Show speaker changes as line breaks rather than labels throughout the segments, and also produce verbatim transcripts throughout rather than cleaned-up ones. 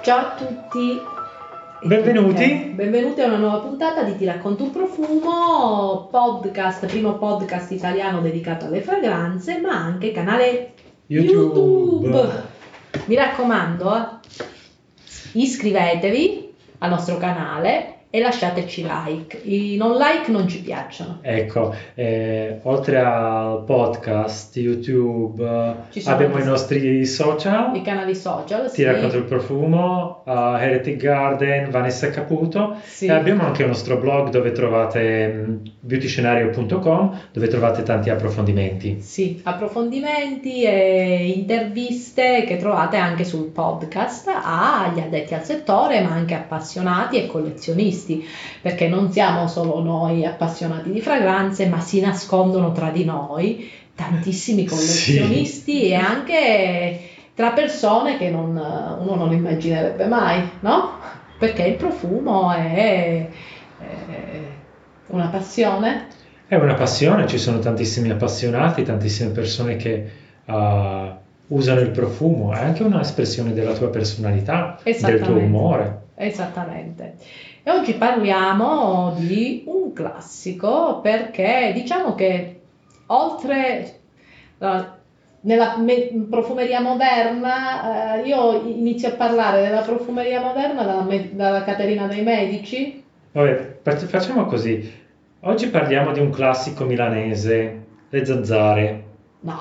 Ciao a tutti.
Benvenuti.
Eh, benvenuti a una nuova puntata di Ti racconto un profumo, podcast, primo podcast italiano dedicato alle fragranze, ma anche canale
YouTube.
YouTube. Mi raccomando, eh, iscrivetevi al nostro canale e lasciateci like. I non like non ci piacciono.
Ecco, eh, oltre al podcast, YouTube, abbiamo i nostri social,
i canali social,
Ti
sì.
racconto il profumo, uh, Heretic Garden, Vanessa Caputo,
Sì.
E abbiamo anche il nostro blog dove trovate um, beauty scenario punto com, dove trovate tanti approfondimenti.
Sì, approfondimenti e interviste che trovate anche sul podcast agli addetti al settore, ma anche appassionati e collezionisti, perché non siamo solo noi appassionati di fragranze, ma si nascondono tra di noi tantissimi collezionisti sì. E anche tra persone che non, uno non immaginerebbe mai, no? Perché il profumo è, è una passione.
È una passione, ci sono tantissimi appassionati, tantissime persone che uh, usano il profumo, è anche un'espressione della tua personalità, del tuo umore.
Esattamente. E oggi parliamo di un classico perché diciamo che oltre uh, nella me- profumeria moderna, uh, io inizio a parlare della profumeria moderna dalla, me- dalla Caterina dei Medici.
Vabbè, facciamo così. Oggi parliamo di un classico milanese, le zanzare.
No!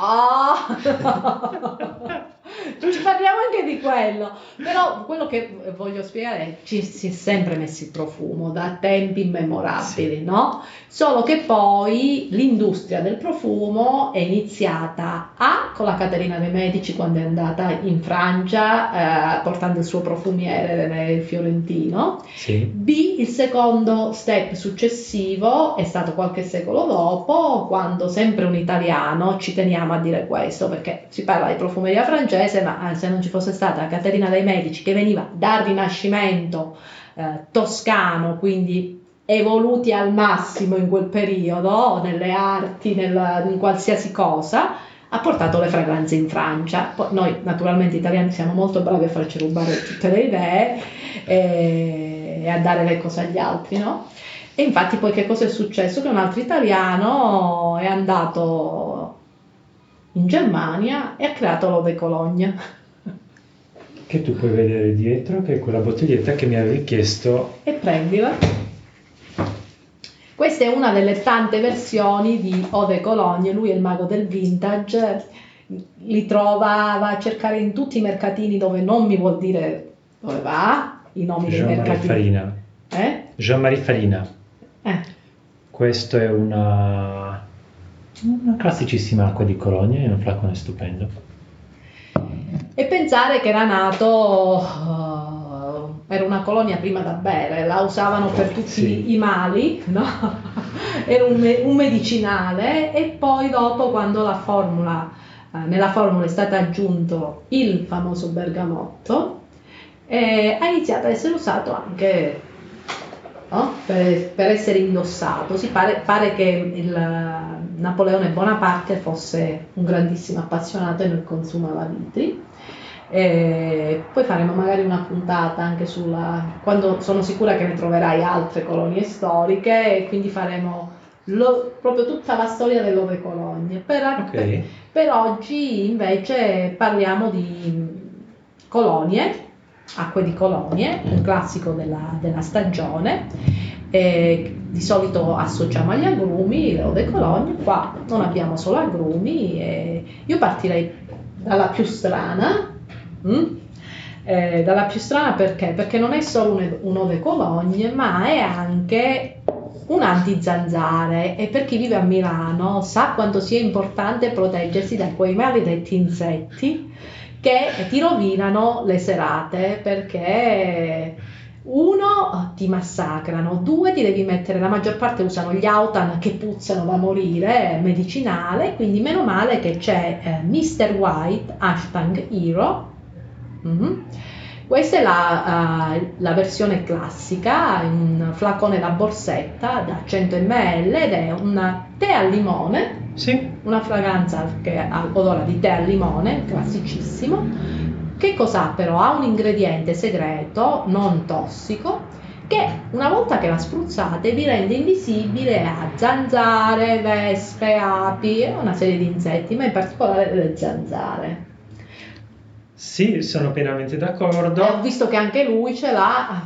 Ci parliamo anche di quello, però quello che voglio spiegare è che ci si è sempre messo il profumo da tempi immemorabili, sì. No? Solo che poi l'industria del profumo è iniziata A con la Caterina dei Medici quando è andata in Francia eh, portando il suo profumiere il fiorentino,
sì.
B il secondo step successivo è stato qualche secolo dopo quando sempre un italiano, ci teniamo a dire questo perché si parla di profumeria francese, ma se non ci fosse stata Caterina dei Medici che veniva dal Rinascimento eh, toscano, quindi evoluti al massimo in quel periodo, nelle arti, nel, in qualsiasi cosa, ha portato le fragranze in Francia. Poi noi naturalmente italiani siamo molto bravi a farci rubare tutte le idee e, e a dare le cose agli altri, no? E infatti poi che cosa è successo? Che un altro italiano è andato in Germania e ha creato l'Eau de Cologne.
Che tu puoi vedere dietro, che è quella bottiglietta che mi avevi chiesto.
E prendila. Questa è una delle tante versioni di Eau de Cologne, lui è il mago del vintage, li trova, va a cercare in tutti i mercatini dove non mi vuol dire dove va, i nomi dei mercatini.
Farina.
Eh?
Jean-Marie Farina.
Eh.
Questo è una, una classicissima acqua di Cologne, è un flacone stupendo.
E pensare che era nato, uh, era una colonia prima da bere, la usavano per tutti sì. i mali, no? Era un, un medicinale e poi dopo quando la formula, uh, nella formula è stato aggiunto il famoso bergamotto, eh, ha iniziato ad essere usato anche no? per, per essere indossato. Si pare, pare che il Napoleone Bonaparte fosse un grandissimo appassionato e ne consumava litri. E poi faremo magari una puntata anche sulla, quando sono sicura che ne troverai altre colonie storiche e quindi faremo lo, proprio tutta la storia dell'Eau de Cologne. Per,
okay.
per, per oggi invece parliamo di colonie, acque di colonie, un classico della, della stagione. E di solito associamo agli agrumi l'Eau de Cologne, qua non abbiamo solo agrumi e io partirei dalla più strana. Mm? Eh, dalla più strana perché? Perché non è solo un, un Eau de Cologne, ma è anche un anti-zanzare e per chi vive a Milano sa quanto sia importante proteggersi da quei maledetti insetti che ti rovinano le serate, perché uno ti massacrano, due ti devi mettere, la maggior parte usano gli Autan che puzzano da morire, medicinale, quindi meno male che c'è eh, mister White Hashtag Hero. Mm-hmm. Questa è la, uh, la versione classica, un flacone da borsetta da cento millilitri ed è un tè al limone,
sì.
Una fragranza che ha odore di tè al limone, classicissimo, Che cos'ha però? Ha un ingrediente segreto, non tossico, che una volta che la spruzzate vi rende invisibile a zanzare, vespe, api e una serie di insetti, ma in particolare le zanzare.
Sì, sono pienamente d'accordo.
E ho visto che anche lui ce l'ha.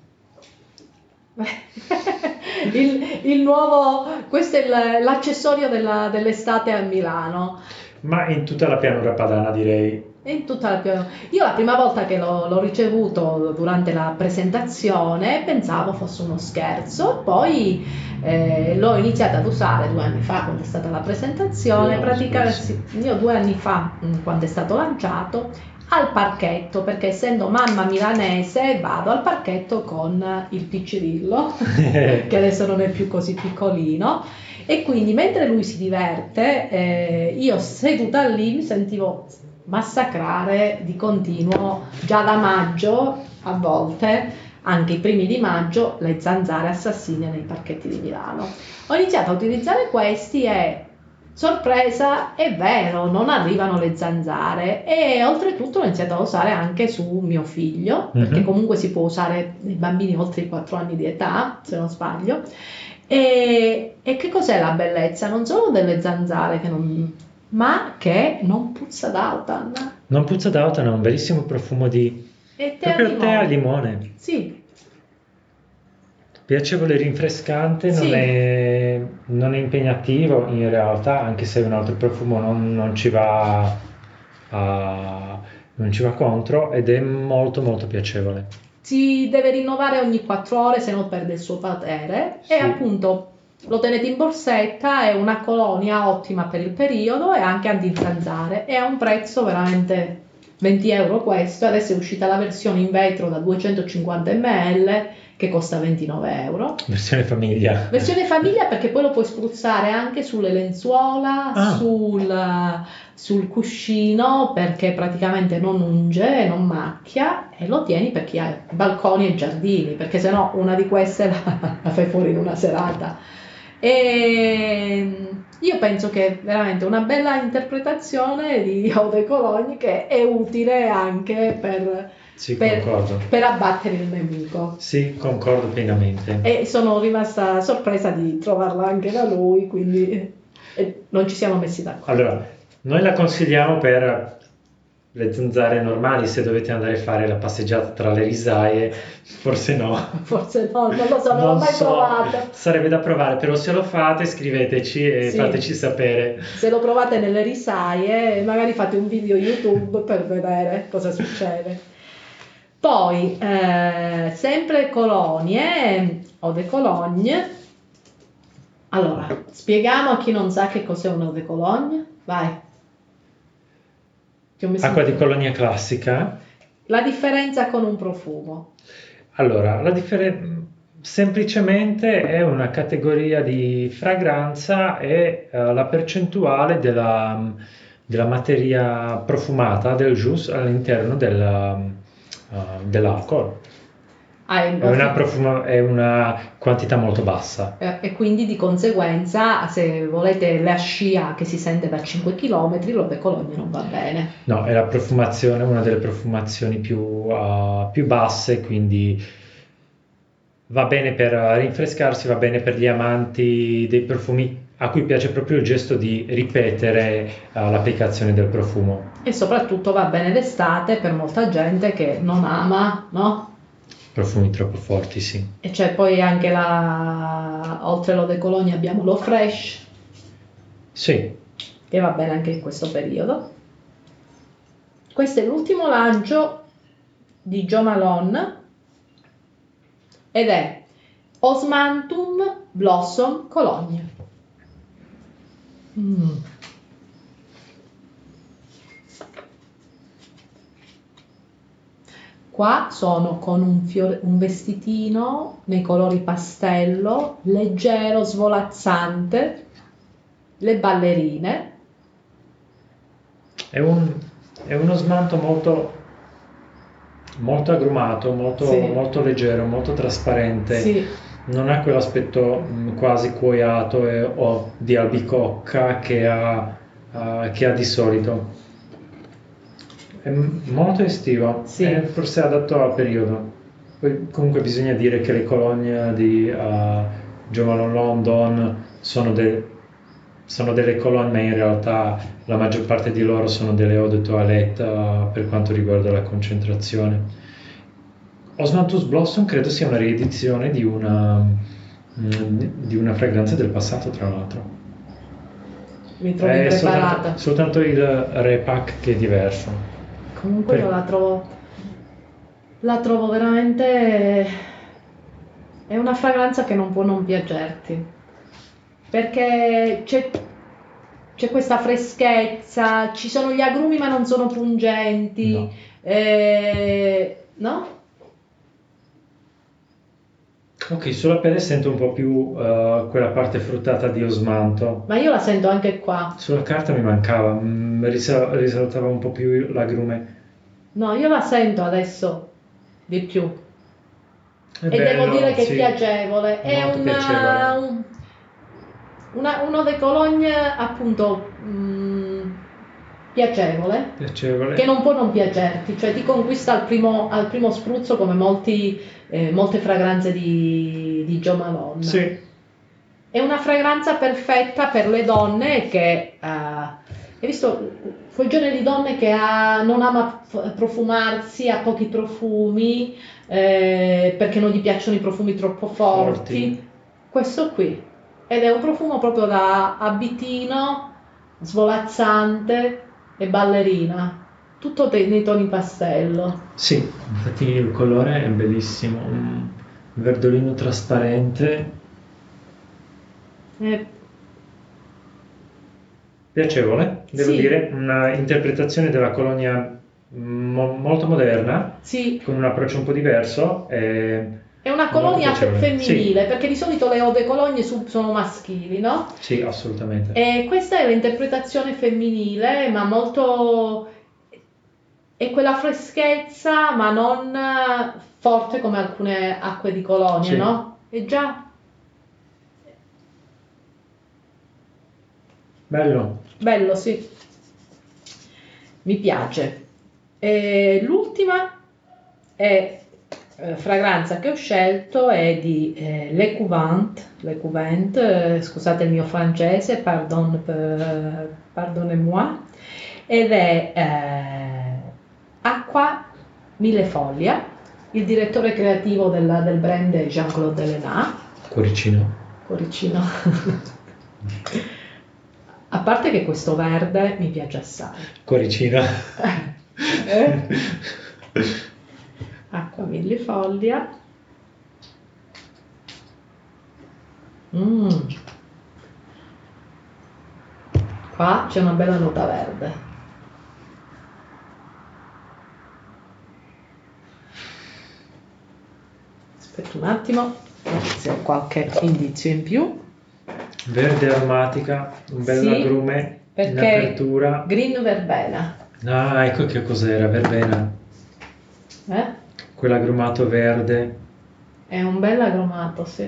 il, il nuovo, questo è l'accessorio della, dell'estate a Milano.
Ma in tutta la pianura padana, direi.
In tutta la pianura. Io la prima volta che l'ho, l'ho ricevuto durante la presentazione pensavo fosse uno scherzo, poi eh, l'ho iniziato ad usare due anni fa quando è stata la presentazione, praticamente io due anni fa quando è stato lanciato, al parchetto, perché essendo mamma milanese vado al parchetto con il piccirillo che adesso non è più così piccolino, e quindi mentre lui si diverte eh, io seduta lì mi sentivo massacrare di continuo già da maggio, a volte anche i primi di maggio, le zanzare assassine nei parchetti di Milano. Ho iniziato a utilizzare questi e sorpresa, è vero, non arrivano le zanzare, e oltretutto l'ho iniziato a usare anche su mio figlio, mm-hmm. perché comunque si può usare nei bambini oltre i quattro anni di età, se non sbaglio. E, e che cos'è la bellezza? Non solo delle zanzare che non, ma che non puzza d'autan.
Non puzza d'autan, ha un bellissimo profumo di
e tè
proprio
al
tè al limone.
Sì.
Piacevole, rinfrescante, non,
sì.
è, non è impegnativo in realtà, anche se un altro profumo non, non ci va a, non ci va contro, ed è molto molto piacevole.
Si deve rinnovare ogni quattro ore, se no perde il suo potere. Sì. E appunto lo tenete in borsetta, è una colonia ottima per il periodo e anche anti-zanzare, e ha un prezzo veramente venti euro questo. Adesso è uscita la versione in vetro da duecentocinquanta millilitri che costa ventinove euro.
Versione famiglia.
Versione famiglia, perché poi lo puoi spruzzare anche sulle lenzuola, ah. sul, sul cuscino, perché praticamente non unge, non macchia, e lo tieni per chi ha balconi e giardini, perché sennò una di queste la, la fai fuori in una serata. E io penso che è veramente una bella interpretazione di Eau de Cologne, che è utile anche per...
Sì,
per,
concordo.
per abbattere il nemico.
Sì, concordo pienamente.
E sono rimasta sorpresa di trovarla anche da lui, quindi eh, non ci siamo messi d'accordo.
Allora, noi la consigliamo per le zanzare normali, se dovete andare a fare la passeggiata tra le risaie, forse no.
Forse no, non lo so, non, non l'ho mai so. provato.
Sarebbe da provare, però se lo fate scriveteci e sì. fateci sapere.
Se lo provate nelle risaie, magari fate un video YouTube per vedere cosa succede. Poi, eh, sempre colonie, Eau de Cologne. Allora, spieghiamo a chi non sa che cos'è un Eau de Cologne. Vai.
Acqua di colonia classica.
La differenza con un profumo.
Allora, la differenza semplicemente è una categoria di fragranza e uh, la percentuale della, della materia profumata, del jus, all'interno della... Uh, dell'alcol.
Ah,
è, una profuma- è una quantità molto bassa
eh, e quindi di conseguenza, se volete la scia che si sente da cinque chilometri, l'Eau de Cologne non va bene.
No, è la profumazione, una delle profumazioni più, uh, più basse, quindi va bene per rinfrescarsi, va bene per gli amanti dei profumi a cui piace proprio il gesto di ripetere uh, l'applicazione del profumo.
E soprattutto va bene d'estate per molta gente che non ama, no?
Profumi troppo forti, sì.
E c'è poi anche la... oltre l'Eau de Cologne abbiamo l'Eau Fraiche.
Sì.
Che va bene anche in questo periodo. Questo è l'ultimo lancio di Jo Malone ed è Osmanthum Blossom Cologne. Mm. Qua sono con un, fiore, un vestitino nei colori pastello, leggero, svolazzante, le ballerine.
È, un, è uno smalto molto, molto agrumato, molto, sì. molto leggero, molto trasparente.
Sì.
Non ha quell'aspetto mh, quasi cuoiato e, o di albicocca che ha, uh, che ha di solito. È m- molto estivo,
Sì.
è forse adatto al periodo. Poi comunque bisogna dire che le colonie di uh, Jo Malone London sono, de- sono delle colonie, ma in realtà la maggior parte di loro sono delle eau de toilette uh, per quanto riguarda la concentrazione. Osmanthus Blossom credo sia una riedizione di una, mm, di una fragranza del passato, tra l'altro.
Mi trovi
È
impreparata.
soltanto, soltanto il repack che è diverso.
Comunque io
Per-
la trovo, la trovo veramente, è una fragranza che non può non piacerti, perché c'è, c'è questa freschezza, ci sono gli agrumi ma non sono pungenti,
No.
eh, no?
Ok, sulla pelle sento un po' più uh, quella parte fruttata di osmanto.
Ma io la sento anche qua.
Sulla carta mi mancava, mm, risal- risaltava un po' più l'agrume.
No, io la sento adesso di più.
È
E devo dire
bello,
che è
sì,
piacevole, è
molto
una,
piacevole.
un- una- uno dei cologne appunto mm, piacevole,
Piacevole.
che non può non piacerti, cioè ti conquista al primo, al primo spruzzo come molti, eh, molte fragranze di, di Jo Malone.
Sì,
È una fragranza perfetta per le donne che, eh, hai visto, quel genere di donne che ha- non ama f- profumarsi, ha pochi profumi, eh, perché non gli piacciono i profumi troppo forti.
forti.
Questo qui. Ed è un profumo proprio da abitino, svolazzante e ballerina. Tutto te- nei toni pastello.
Sì, infatti il colore è bellissimo, un verdolino trasparente,
Eh,
piacevole, devo
sì,
dire, una interpretazione della colonia mo- molto moderna,
sì.
con un approccio un po' diverso e
È una
molto
colonia fe-
piacevole. Sì,
femminile, perché di solito le eau de cologne su- sono maschili, no?
sì, assolutamente.
E questa è l'interpretazione femminile, ma molto... è quella freschezza, ma non eh, forte come alcune acque di colonia,
Sì,
no? È già
bello.
bello, sì. Mi piace. E l'ultima è, eh, fragranza che ho scelto è di eh, Le Couvent, Le Couvent, eh, scusate il mio francese, pardon, per- pardonnez-moi, ed è eh, Acqua Millefoglia. Il direttore creativo della- del brand è Jean-Claude Delenat,
Cuoricino.
cuoricino. A parte che questo verde mi piace assai.
Cuoricino.
Eh? Acqua millefoglia. Mm. Qua c'è una bella nota verde. Aspetta un attimo, se ho qualche indizio in più.
Verde aromatica, un bel
Sì,
agrume in
perché
apertura.
green verbena.
Ah, ecco che cos'era, verbena.
Eh?
Quell'agrumato verde.
È un bel agrumato, sì.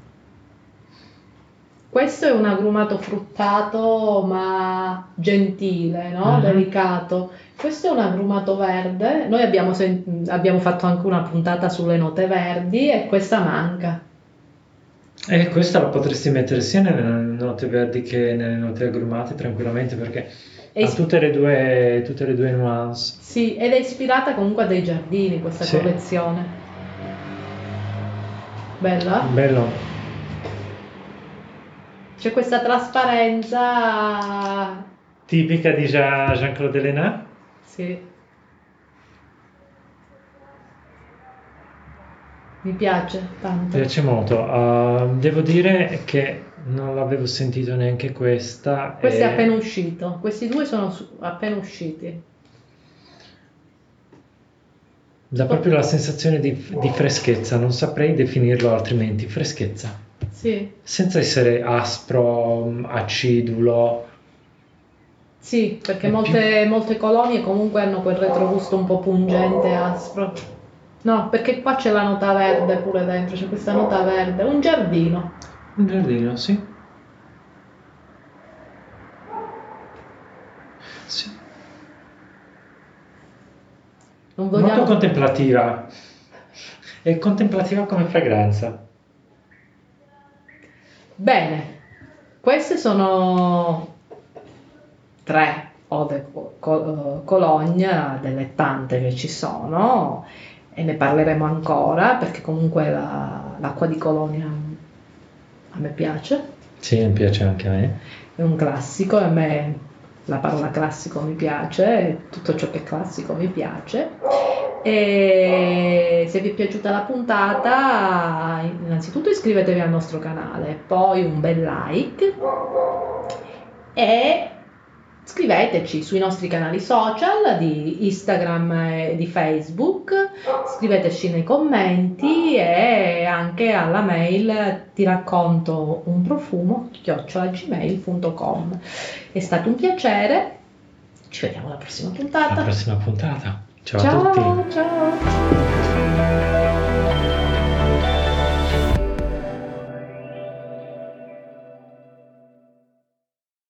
Questo è un agrumato fruttato ma gentile, no?
Mhm.
Delicato. Questo è un agrumato verde. Noi abbiamo, sen- abbiamo fatto anche una puntata sulle note verdi e questa manca.
E questa la potresti mettere sia nelle note verdi che nelle note agrumate tranquillamente perché
È
ha
is-
tutte le due, tutte le due nuance.
sì, ed è ispirata comunque a dei giardini questa
Sì,
collezione. Bella?
bello.
C'è questa trasparenza.
Tipica di Jean- Jean-Claude Delenat.
Sì, mi piace tanto.
Piace molto. Uh, devo dire che non l'avevo sentito neanche questa.
Questo è
e-
appena uscito. Questi due sono su- appena usciti.
Dà proprio la sensazione di, di freschezza, non saprei definirlo altrimenti, freschezza,
Sì,
senza essere aspro, mm, acidulo,
sì, perché
è più...
molte, molte colonie comunque hanno quel retrogusto un po' pungente, aspro. No, perché qua c'è la nota verde pure dentro, c'è questa nota verde. Un giardino.
Un giardino, sì. Sì.
Non
Molto
vogliamo...
contemplativa. È contemplativa come fragranza.
Bene, queste sono tre eau de co- cologne delle tante che ci sono e ne parleremo ancora perché comunque la- l'acqua di Colonia a me piace,
Sì, mi piace anche a me.
è un classico e a me la parola classico mi piace, tutto ciò che è classico mi piace. E se vi è piaciuta la puntata, innanzitutto iscrivetevi al nostro canale, poi un bel like e scriveteci sui nostri canali social di Instagram e di Facebook, scriveteci nei commenti e anche alla mail ti racconto un profumo chiocciola gmail punto com. È stato un piacere, ci vediamo alla prossima
Alla
puntata.
prossima puntata. Ciao a
Ciao,
tutti.
ciao.